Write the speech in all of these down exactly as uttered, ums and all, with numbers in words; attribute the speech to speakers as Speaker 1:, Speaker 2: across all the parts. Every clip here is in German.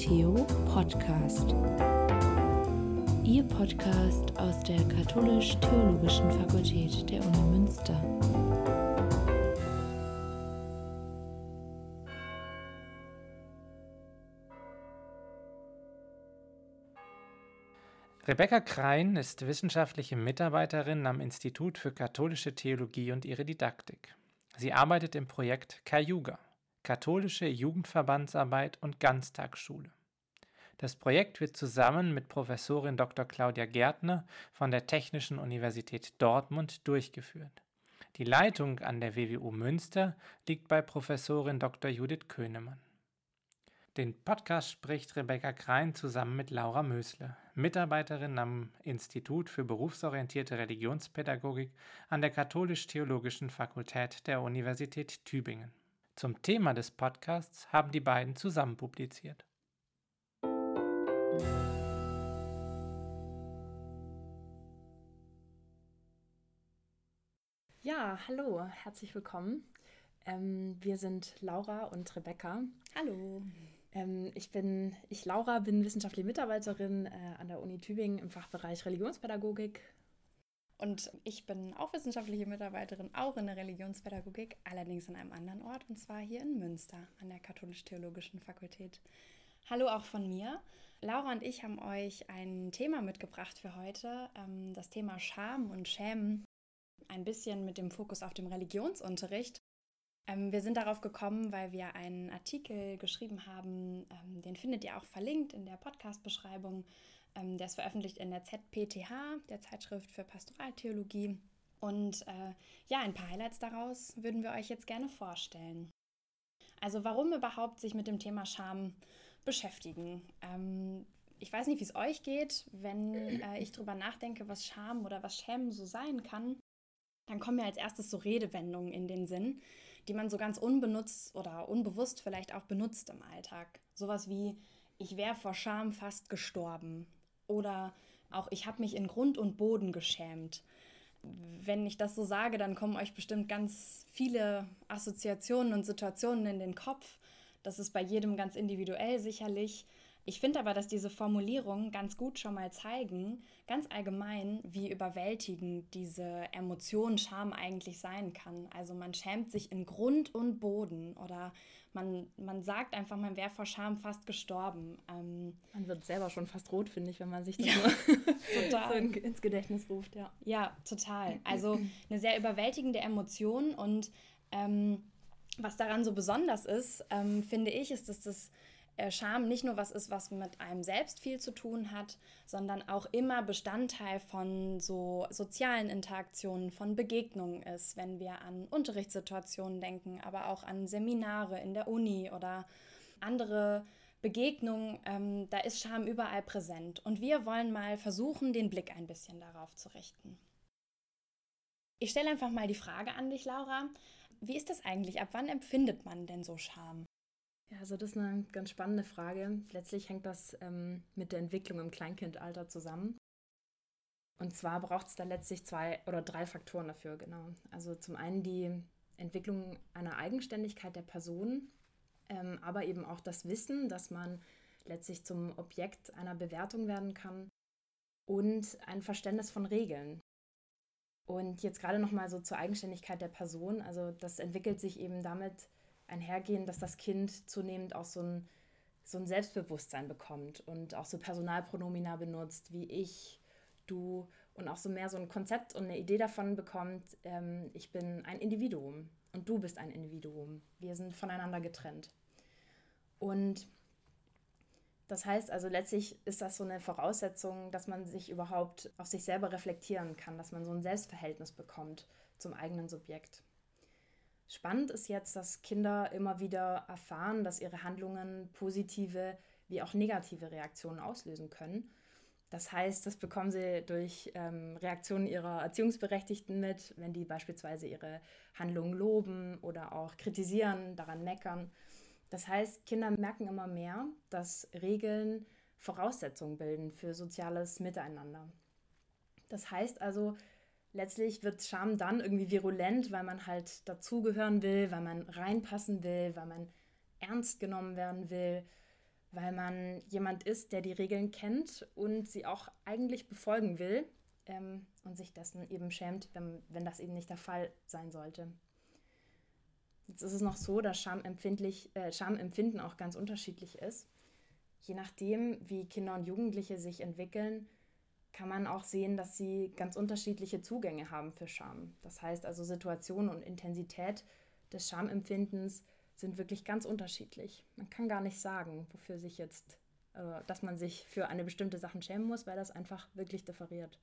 Speaker 1: Theo Podcast. Ihr Podcast aus der Katholisch-Theologischen Fakultät der Uni Münster.
Speaker 2: Rebecca Krein ist wissenschaftliche Mitarbeiterin am Institut für katholische Theologie und ihre Didaktik. Sie arbeitet im Projekt Cayuga, katholische Jugendverbandsarbeit und Ganztagsschule. Das Projekt wird zusammen mit Professorin Doktor Claudia Gärtner von der Technischen Universität Dortmund durchgeführt. Die Leitung an der W W U Münster liegt bei Professorin Doktor Judith Könemann. Den Podcast spricht Rebecca Krein zusammen mit Laura Mösle, Mitarbeiterin am Institut für berufsorientierte Religionspädagogik an der Katholisch-Theologischen Fakultät der Universität Tübingen. Zum Thema des Podcasts haben die beiden zusammen publiziert.
Speaker 3: Ja, hallo, herzlich willkommen. Ähm, wir sind Laura und Rebecca.
Speaker 4: Hallo.
Speaker 3: Ähm, ich bin, ich Laura, bin wissenschaftliche Mitarbeiterin äh, an der Uni Tübingen im Fachbereich Religionspädagogik.
Speaker 4: Und ich bin auch wissenschaftliche Mitarbeiterin, auch in der Religionspädagogik, allerdings an einem anderen Ort, und zwar hier in Münster an der Katholisch-Theologischen Fakultät. Hallo auch von mir. Laura und ich haben euch ein Thema mitgebracht für heute, ähm, das Thema Scham und Schämen, ein bisschen mit dem Fokus auf dem Religionsunterricht. Ähm, wir sind darauf gekommen, weil wir einen Artikel geschrieben haben, ähm, den findet ihr auch verlinkt in der Podcast-Beschreibung. Ähm, der ist veröffentlicht in der Z P T H, der Zeitschrift für Pastoraltheologie. Und äh, ja, ein paar Highlights daraus würden wir euch jetzt gerne vorstellen. Also warum überhaupt sich mit dem Thema Scham beschäftigen? Ähm, ich weiß nicht, wie es euch geht, wenn äh, ich drüber nachdenke, was Scham oder was Schämen so sein kann. Dann kommen mir als erstes so Redewendungen in den Sinn, die man so ganz unbenutzt oder unbewusst vielleicht auch benutzt im Alltag. Sowas wie, ich wäre vor Scham fast gestorben. Oder auch, ich habe mich in Grund und Boden geschämt. Wenn ich das so sage, dann kommen euch bestimmt ganz viele Assoziationen und Situationen in den Kopf. Das ist bei jedem ganz individuell sicherlich. Ich finde aber, dass diese Formulierungen ganz gut schon mal zeigen, ganz allgemein, wie überwältigend diese Emotion Scham eigentlich sein kann. Also man schämt sich in Grund und Boden oder man, man sagt einfach, man wäre vor Scham fast gestorben. Ähm
Speaker 3: Man wird selber schon fast rot, finde ich, wenn man sich das
Speaker 4: ja,
Speaker 3: nur
Speaker 4: total.
Speaker 3: so in, ins Gedächtnis ruft. Ja,
Speaker 4: ja, total. Also eine sehr überwältigende Emotion und ähm, was daran so besonders ist, ähm, finde ich, ist, dass das Scham nicht nur was ist, was mit einem selbst viel zu tun hat, sondern auch immer Bestandteil von so sozialen Interaktionen, von Begegnungen ist, wenn wir an Unterrichtssituationen denken, aber auch an Seminare in der Uni oder andere Begegnungen, ähm, da ist Scham überall präsent. Und wir wollen mal versuchen, den Blick ein bisschen darauf zu richten. Ich stelle einfach mal die Frage an dich, Laura. Wie ist das eigentlich? Ab wann empfindet man denn so Scham?
Speaker 3: Ja, also das ist eine ganz spannende Frage. Letztlich hängt das ähm, mit der Entwicklung im Kleinkindalter zusammen. Und zwar braucht es da letztlich zwei oder drei Faktoren dafür, genau. Also zum einen die Entwicklung einer Eigenständigkeit der Person, ähm, aber eben auch das Wissen, dass man letztlich zum Objekt einer Bewertung werden kann und ein Verständnis von Regeln. Und jetzt gerade nochmal so zur Eigenständigkeit der Person. Also das entwickelt sich eben damit einhergehen, dass das Kind zunehmend auch so ein, so ein Selbstbewusstsein bekommt und auch so Personalpronomina benutzt, wie ich, du und auch so mehr so ein Konzept und eine Idee davon bekommt, ähm, ich bin ein Individuum und du bist ein Individuum. Wir sind voneinander getrennt. Und das heißt also, letztlich ist das so eine Voraussetzung, dass man sich überhaupt auf sich selber reflektieren kann, dass man so ein Selbstverhältnis bekommt zum eigenen Subjekt. Spannend ist jetzt, dass Kinder immer wieder erfahren, dass ihre Handlungen positive wie auch negative Reaktionen auslösen können. Das heißt, das bekommen sie durch ähm, Reaktionen ihrer Erziehungsberechtigten mit, wenn die beispielsweise ihre Handlungen loben oder auch kritisieren, daran meckern. Das heißt, Kinder merken immer mehr, dass Regeln Voraussetzungen bilden für soziales Miteinander. Das heißt also, letztlich wird Scham dann irgendwie virulent, weil man halt dazugehören will, weil man reinpassen will, weil man ernst genommen werden will, weil man jemand ist, der die Regeln kennt und sie auch eigentlich befolgen will ähm, und sich dessen eben schämt, wenn, wenn das eben nicht der Fall sein sollte. Jetzt ist es noch so, dass Schamempfindlich, äh, Schamempfinden auch ganz unterschiedlich ist. Je nachdem, wie Kinder und Jugendliche sich entwickeln, kann man auch sehen, dass sie ganz unterschiedliche Zugänge haben für Scham. Das heißt also, Situation und Intensität des Schamempfindens sind wirklich ganz unterschiedlich. Man kann gar nicht sagen, wofür sich jetzt, äh, dass man sich für eine bestimmte Sache schämen muss, weil das einfach wirklich differiert.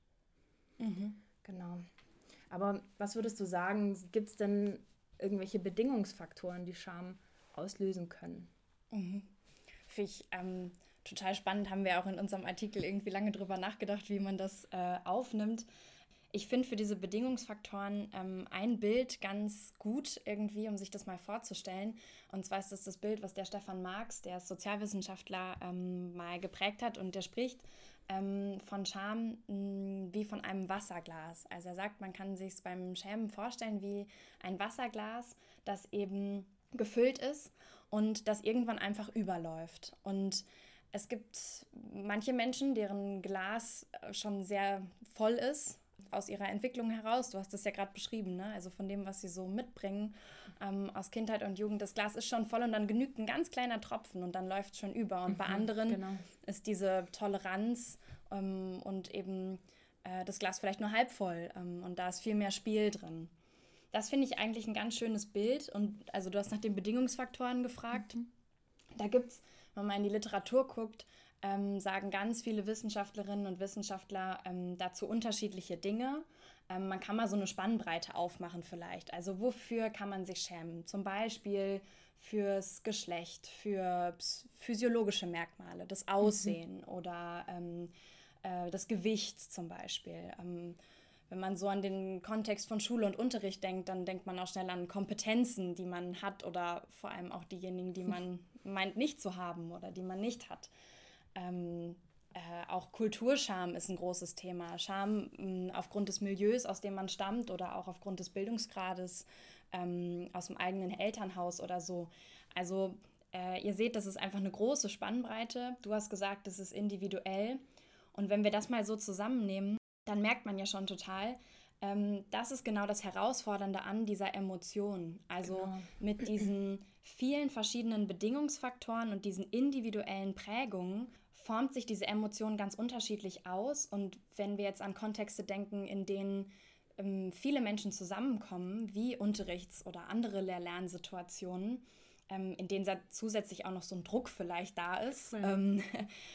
Speaker 4: Mhm.
Speaker 3: Genau. Aber was würdest du sagen, gibt es denn irgendwelche Bedingungsfaktoren, die Scham auslösen können?
Speaker 4: Mhm. Finde ich ähm, total spannend, haben wir auch in unserem Artikel irgendwie lange drüber nachgedacht, wie man das äh, aufnimmt. Ich finde für diese Bedingungsfaktoren ähm, ein Bild ganz gut irgendwie, um sich das mal vorzustellen. Und zwar ist das das Bild, was der Stefan Marx, der ist Sozialwissenschaftler, ähm, mal geprägt hat. Und der spricht ähm, von Scham mh, wie von einem Wasserglas. Also er sagt, man kann sich es beim Schämen vorstellen wie ein Wasserglas, das eben gefüllt ist und das irgendwann einfach überläuft. Und es gibt manche Menschen, deren Glas schon sehr voll ist, aus ihrer Entwicklung heraus. Du hast das ja gerade beschrieben, ne? Also von dem, was sie so mitbringen ähm, aus Kindheit und Jugend. Das Glas ist schon voll und dann genügt ein ganz kleiner Tropfen und dann läuft es schon über. Und mhm, bei anderen genau. ist diese Toleranz ähm, und eben äh, das Glas vielleicht nur halb voll ähm, und da ist viel mehr Spiel drin. Das finde ich eigentlich ein ganz schönes Bild. Und also du hast nach den Bedingungsfaktoren gefragt. Mhm. Da gibt es, wenn man in die Literatur guckt, ähm, sagen ganz viele Wissenschaftlerinnen und Wissenschaftler ähm, dazu unterschiedliche Dinge. Ähm, man kann mal so eine Spannbreite aufmachen vielleicht. Also wofür kann man sich schämen? Zum Beispiel fürs Geschlecht, für physiologische Merkmale, das Aussehen mhm. oder ähm, äh, das Gewicht zum Beispiel. Ähm, Wenn man so an den Kontext von Schule und Unterricht denkt, dann denkt man auch schnell an Kompetenzen, die man hat oder vor allem auch diejenigen, die man meint nicht zu haben oder die man nicht hat. Ähm, äh, auch Kulturscham ist ein großes Thema. Scham mh, aufgrund des Milieus, aus dem man stammt oder auch aufgrund des Bildungsgrades ähm, aus dem eigenen Elternhaus oder so. Also äh, ihr seht, das ist einfach eine große Spannbreite. Du hast gesagt, das ist individuell. Und wenn wir das mal so zusammennehmen, dann merkt man ja schon total, ähm, das ist genau das Herausfordernde an dieser Emotion. Also genau. mit diesen vielen verschiedenen Bedingungsfaktoren und diesen individuellen Prägungen formt sich diese Emotion ganz unterschiedlich aus. Und wenn wir jetzt an Kontexte denken, in denen ähm, viele Menschen zusammenkommen, wie Unterrichts- oder andere Lehr-Lernsituationen, ähm, in denen zusätzlich auch noch so ein Druck vielleicht da ist, ja. ähm,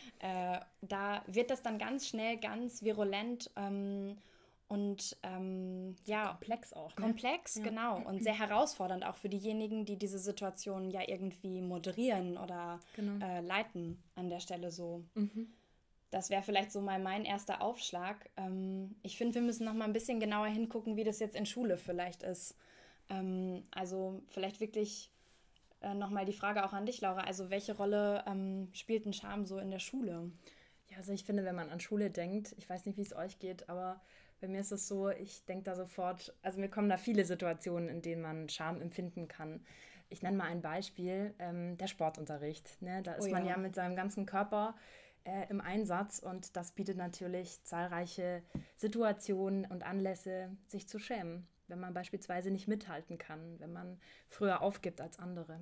Speaker 4: äh, da wird das dann ganz schnell ganz virulent ähm, und ähm, ja,
Speaker 3: komplex auch. Ne?
Speaker 4: Komplex,
Speaker 3: ja.
Speaker 4: genau. Und sehr herausfordernd auch für diejenigen, die diese Situation ja irgendwie moderieren oder genau. äh, leiten an der Stelle so. Mhm. Das wäre vielleicht so mal mein erster Aufschlag. Ähm, ich finde, wir müssen noch mal ein bisschen genauer hingucken, wie das jetzt in Schule vielleicht ist. Ähm, also vielleicht wirklich äh, noch mal die Frage auch an dich, Laura. Also welche Rolle ähm, spielt ein Scham so in der Schule?
Speaker 3: Ja, also ich finde, wenn man an Schule denkt, ich weiß nicht, wie es euch geht, aber bei mir ist es so, ich denke da sofort, also mir kommen da viele Situationen, in denen man Scham empfinden kann. Ich nenne mal ein Beispiel, ähm, der Sportunterricht. Ne? Da ist oh ja. man ja mit seinem ganzen Körper äh, im Einsatz und das bietet natürlich zahlreiche Situationen und Anlässe, sich zu schämen, wenn man beispielsweise nicht mithalten kann, wenn man früher aufgibt als andere.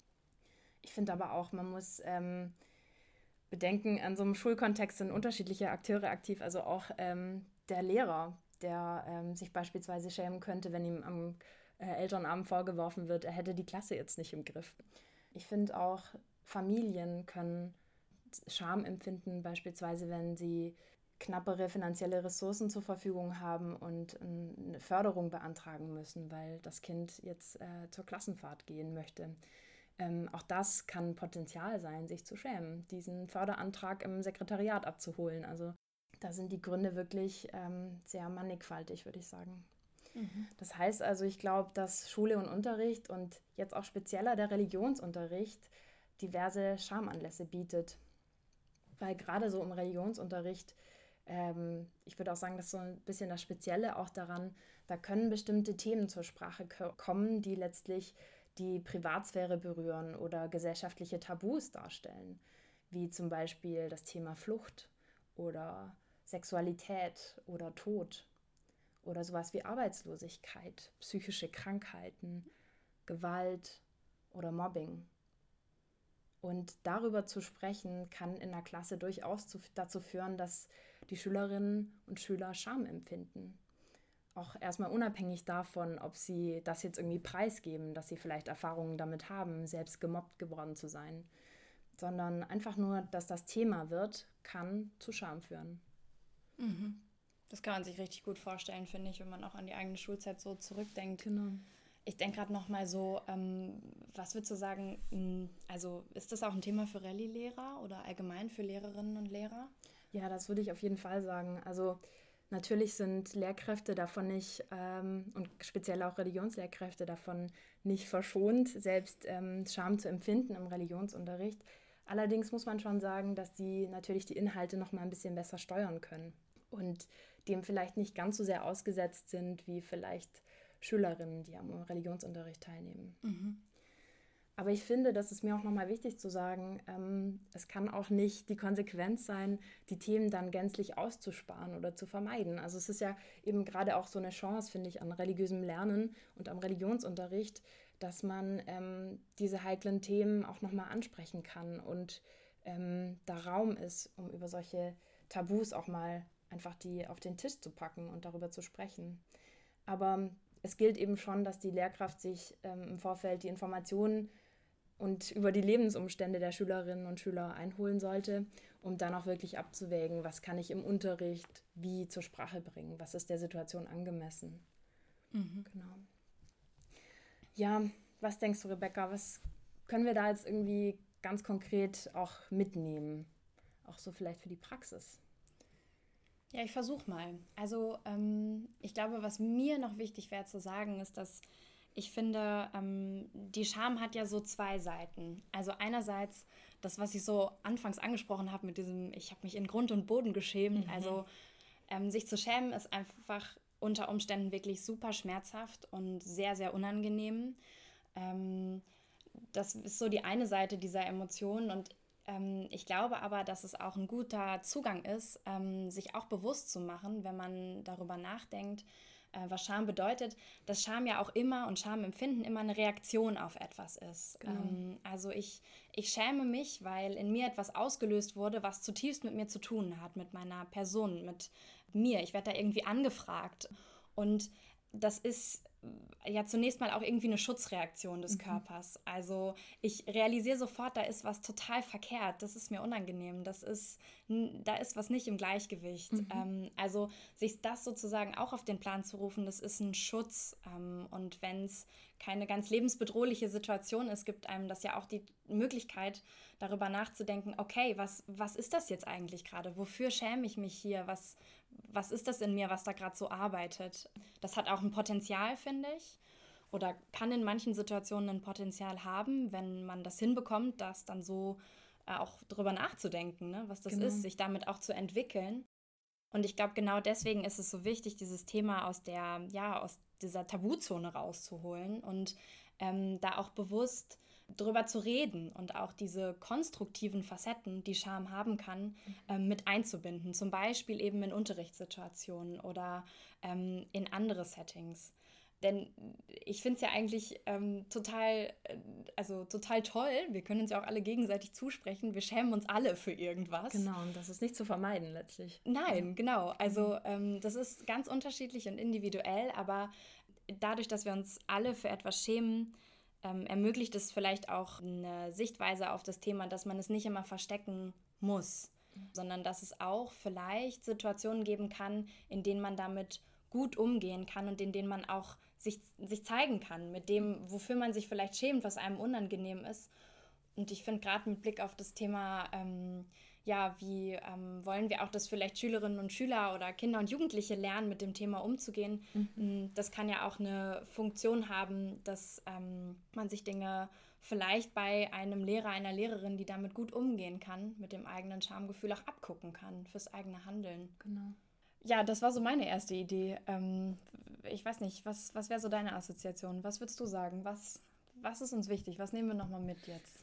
Speaker 3: Ich finde aber auch, man muss ähm, bedenken, an so einem Schulkontext sind unterschiedliche Akteure aktiv, also auch ähm, der Lehrer, der ähm, sich beispielsweise schämen könnte, wenn ihm am äh, Elternabend vorgeworfen wird, er hätte die Klasse jetzt nicht im Griff. Ich finde auch, Familien können Scham empfinden, beispielsweise wenn sie knappere finanzielle Ressourcen zur Verfügung haben und eine Förderung beantragen müssen, weil das Kind jetzt äh, zur Klassenfahrt gehen möchte. Ähm, auch das kann Potenzial sein, sich zu schämen, diesen Förderantrag im Sekretariat abzuholen. Also da sind die Gründe wirklich ähm, sehr mannigfaltig, würde ich sagen. Mhm. Das heißt also, ich glaube, dass Schule und Unterricht und jetzt auch spezieller der Religionsunterricht diverse Schamanlässe bietet. Weil gerade so im Religionsunterricht, ähm, ich würde auch sagen, das ist so ein bisschen das Spezielle auch daran, da können bestimmte Themen zur Sprache k- kommen, die letztlich die Privatsphäre berühren oder gesellschaftliche Tabus darstellen. wie zum Beispiel das Thema Flucht oder Sexualität oder Tod oder sowas wie Arbeitslosigkeit, psychische Krankheiten, Gewalt oder Mobbing. Und darüber zu sprechen, kann in der Klasse durchaus zu, dazu führen, dass die Schülerinnen und Schüler Scham empfinden. Auch erstmal unabhängig davon, ob sie das jetzt irgendwie preisgeben, dass sie vielleicht Erfahrungen damit haben, selbst gemobbt geworden zu sein, sondern einfach nur, dass das Thema wird, kann zu Scham führen.
Speaker 4: Mhm. Das kann man sich richtig gut vorstellen, finde ich, wenn man auch an die eigene Schulzeit so zurückdenkt.
Speaker 3: Genau.
Speaker 4: Ich denke gerade noch mal so, ähm, was würdest du sagen, mh, also ist das auch ein Thema für Rallye-Lehrer oder allgemein für Lehrerinnen und Lehrer?
Speaker 3: Ja, das würde ich auf jeden Fall sagen. Also natürlich sind Lehrkräfte davon nicht, ähm, und speziell auch Religionslehrkräfte davon nicht verschont, selbst ähm, Scham zu empfinden im Religionsunterricht. Allerdings muss man schon sagen, dass die natürlich die Inhalte noch mal ein bisschen besser steuern können und dem vielleicht nicht ganz so sehr ausgesetzt sind wie vielleicht Schülerinnen, die am Religionsunterricht teilnehmen.
Speaker 4: Mhm.
Speaker 3: Aber ich finde, das ist mir auch nochmal wichtig zu sagen, ähm, es kann auch nicht die Konsequenz sein, die Themen dann gänzlich auszusparen oder zu vermeiden. Also es ist ja eben gerade auch so eine Chance, finde ich, an religiösem Lernen und am Religionsunterricht, dass man ähm, diese heiklen Themen auch nochmal ansprechen kann und ähm, da Raum ist, um über solche Tabus auch mal einfach die auf den Tisch zu packen und darüber zu sprechen. Aber es gilt eben schon, dass die Lehrkraft sich ähm, im Vorfeld die Informationen und über die Lebensumstände der Schülerinnen und Schüler einholen sollte, um dann auch wirklich abzuwägen, was kann ich im Unterricht wie zur Sprache bringen, was ist der Situation angemessen.
Speaker 4: Mhm.
Speaker 3: Genau. Ja, was denkst du, Rebecca, was können wir da jetzt irgendwie ganz konkret auch mitnehmen? Auch so vielleicht für die Praxis.
Speaker 4: Ja, ich versuche mal. Also ähm, ich glaube, was mir noch wichtig wäre zu sagen, ist, dass ich finde, ähm, die Scham hat ja so zwei Seiten. Also einerseits das, was ich so anfangs angesprochen habe mit diesem, ich habe mich in Grund und Boden geschämt.
Speaker 3: Mhm.
Speaker 4: Also ähm, sich zu schämen ist einfach unter Umständen wirklich super schmerzhaft und sehr, sehr unangenehm. Ähm, das ist so die eine Seite dieser Emotionen und Ähm, ich glaube aber, dass es auch ein guter Zugang ist, ähm, sich auch bewusst zu machen, wenn man darüber nachdenkt, äh, was Scham bedeutet, dass Scham ja auch immer und Schamempfinden immer eine Reaktion auf etwas ist.
Speaker 3: Genau.
Speaker 4: Ähm, also ich, ich schäme mich, weil in mir etwas ausgelöst wurde, was zutiefst mit mir zu tun hat, mit meiner Person, mit mir. Ich werde da irgendwie angefragt. Und das ist ja zunächst mal auch irgendwie eine Schutzreaktion des mhm. Körpers. Also ich realisiere sofort, da ist was total verkehrt, das ist mir unangenehm, das ist, da ist was nicht im Gleichgewicht. Mhm. Ähm, also sich das sozusagen auch auf den Plan zu rufen, das ist ein Schutz. Ähm, und wenn es keine ganz lebensbedrohliche Situation ist, gibt einem das ja auch die Möglichkeit, darüber nachzudenken, okay, was, was ist das jetzt eigentlich gerade? Wofür schäme ich mich hier? Was, was ist das in mir, was da gerade so arbeitet? Das hat auch ein Potenzial, finde ich. Oder kann in manchen Situationen ein Potenzial haben, wenn man das hinbekommt, das dann so äh, auch drüber nachzudenken, ne? Was das genau. ist, sich damit auch zu entwickeln. Und ich glaube, genau deswegen ist es so wichtig, dieses Thema aus der, ja, aus dieser Tabuzone rauszuholen und ähm, da auch bewusst drüber zu reden und auch diese konstruktiven Facetten, die Scham haben kann, ähm, mit einzubinden. Zum Beispiel eben in Unterrichtssituationen oder ähm, in andere Settings. Denn ich finde es ja eigentlich ähm, total, äh, also total toll, wir können uns ja auch alle gegenseitig zusprechen, wir schämen uns alle für irgendwas.
Speaker 3: Genau, und das ist nicht zu vermeiden letztlich.
Speaker 4: Nein, ja. genau. Also ähm, das ist ganz unterschiedlich und individuell, aber dadurch, dass wir uns alle für etwas schämen, ähm, ermöglicht es vielleicht auch eine Sichtweise auf das Thema, dass man es nicht immer verstecken muss, mhm. sondern dass es auch vielleicht Situationen geben kann, in denen man damit gut umgehen kann und in denen man auch sich, sich zeigen kann, mit dem, wofür man sich vielleicht schämt, was einem unangenehm ist. Und ich finde gerade mit Blick auf das Thema, ähm, ja, wie ähm, wollen wir auch, dass vielleicht Schülerinnen und Schüler oder Kinder und Jugendliche lernen, mit dem Thema umzugehen. Mhm. Das kann ja auch eine Funktion haben, dass ähm, man sich Dinge vielleicht bei einem Lehrer, einer Lehrerin, die damit gut umgehen kann, mit dem eigenen Schamgefühl auch abgucken kann fürs eigene Handeln.
Speaker 3: Genau.
Speaker 4: Ja, das war so meine erste Idee. Ähm, ich weiß nicht, was, was wäre so deine Assoziation? Was würdest du sagen? Was, was ist uns wichtig? Was nehmen wir nochmal mit jetzt?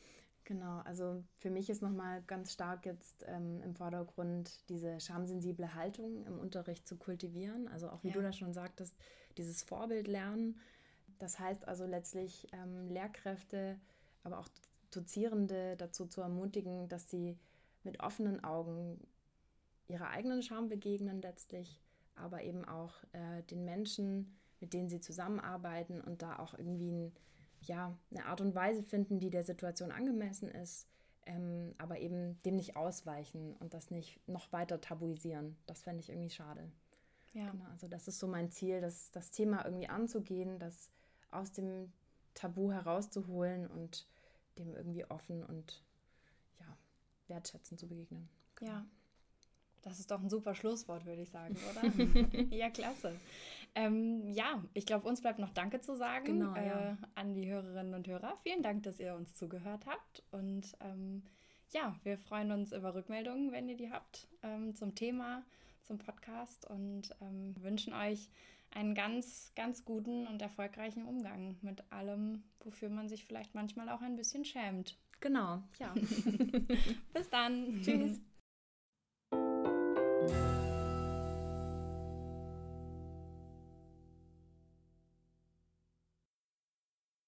Speaker 3: Genau, also für mich ist nochmal ganz stark jetzt ähm, im Vordergrund diese schamsensible Haltung im Unterricht zu kultivieren. Also auch wie ja. du da schon sagtest, dieses Vorbildlernen. Das heißt also letztlich ähm, Lehrkräfte, aber auch Dozierende dazu zu ermutigen, dass sie mit offenen Augen ihrer eigenen Scham begegnen letztlich, aber eben auch äh, den Menschen, mit denen sie zusammenarbeiten und da auch irgendwie ein ja, eine Art und Weise finden, die der Situation angemessen ist, ähm, aber eben dem nicht ausweichen und das nicht noch weiter tabuisieren. Das fände ich irgendwie schade. Ja. Genau, also das ist so mein Ziel, das, das Thema irgendwie anzugehen, das aus dem Tabu herauszuholen und dem irgendwie offen und ja, wertschätzend zu begegnen.
Speaker 4: Genau. Ja. Das ist doch ein super Schlusswort, würde ich sagen, oder? Ja, klasse. Ähm, ja, ich glaube, uns bleibt noch Danke zu sagen
Speaker 3: genau,
Speaker 4: äh,
Speaker 3: ja.
Speaker 4: an die Hörerinnen und Hörer. Vielen Dank, dass ihr uns zugehört habt. Und ähm, ja, wir freuen uns über Rückmeldungen, wenn ihr die habt, ähm, zum Thema, zum Podcast und ähm, wünschen euch einen ganz, ganz guten und erfolgreichen Umgang mit allem, wofür man sich vielleicht manchmal auch ein bisschen schämt.
Speaker 3: Genau, ja.
Speaker 4: Bis dann.
Speaker 3: Tschüss.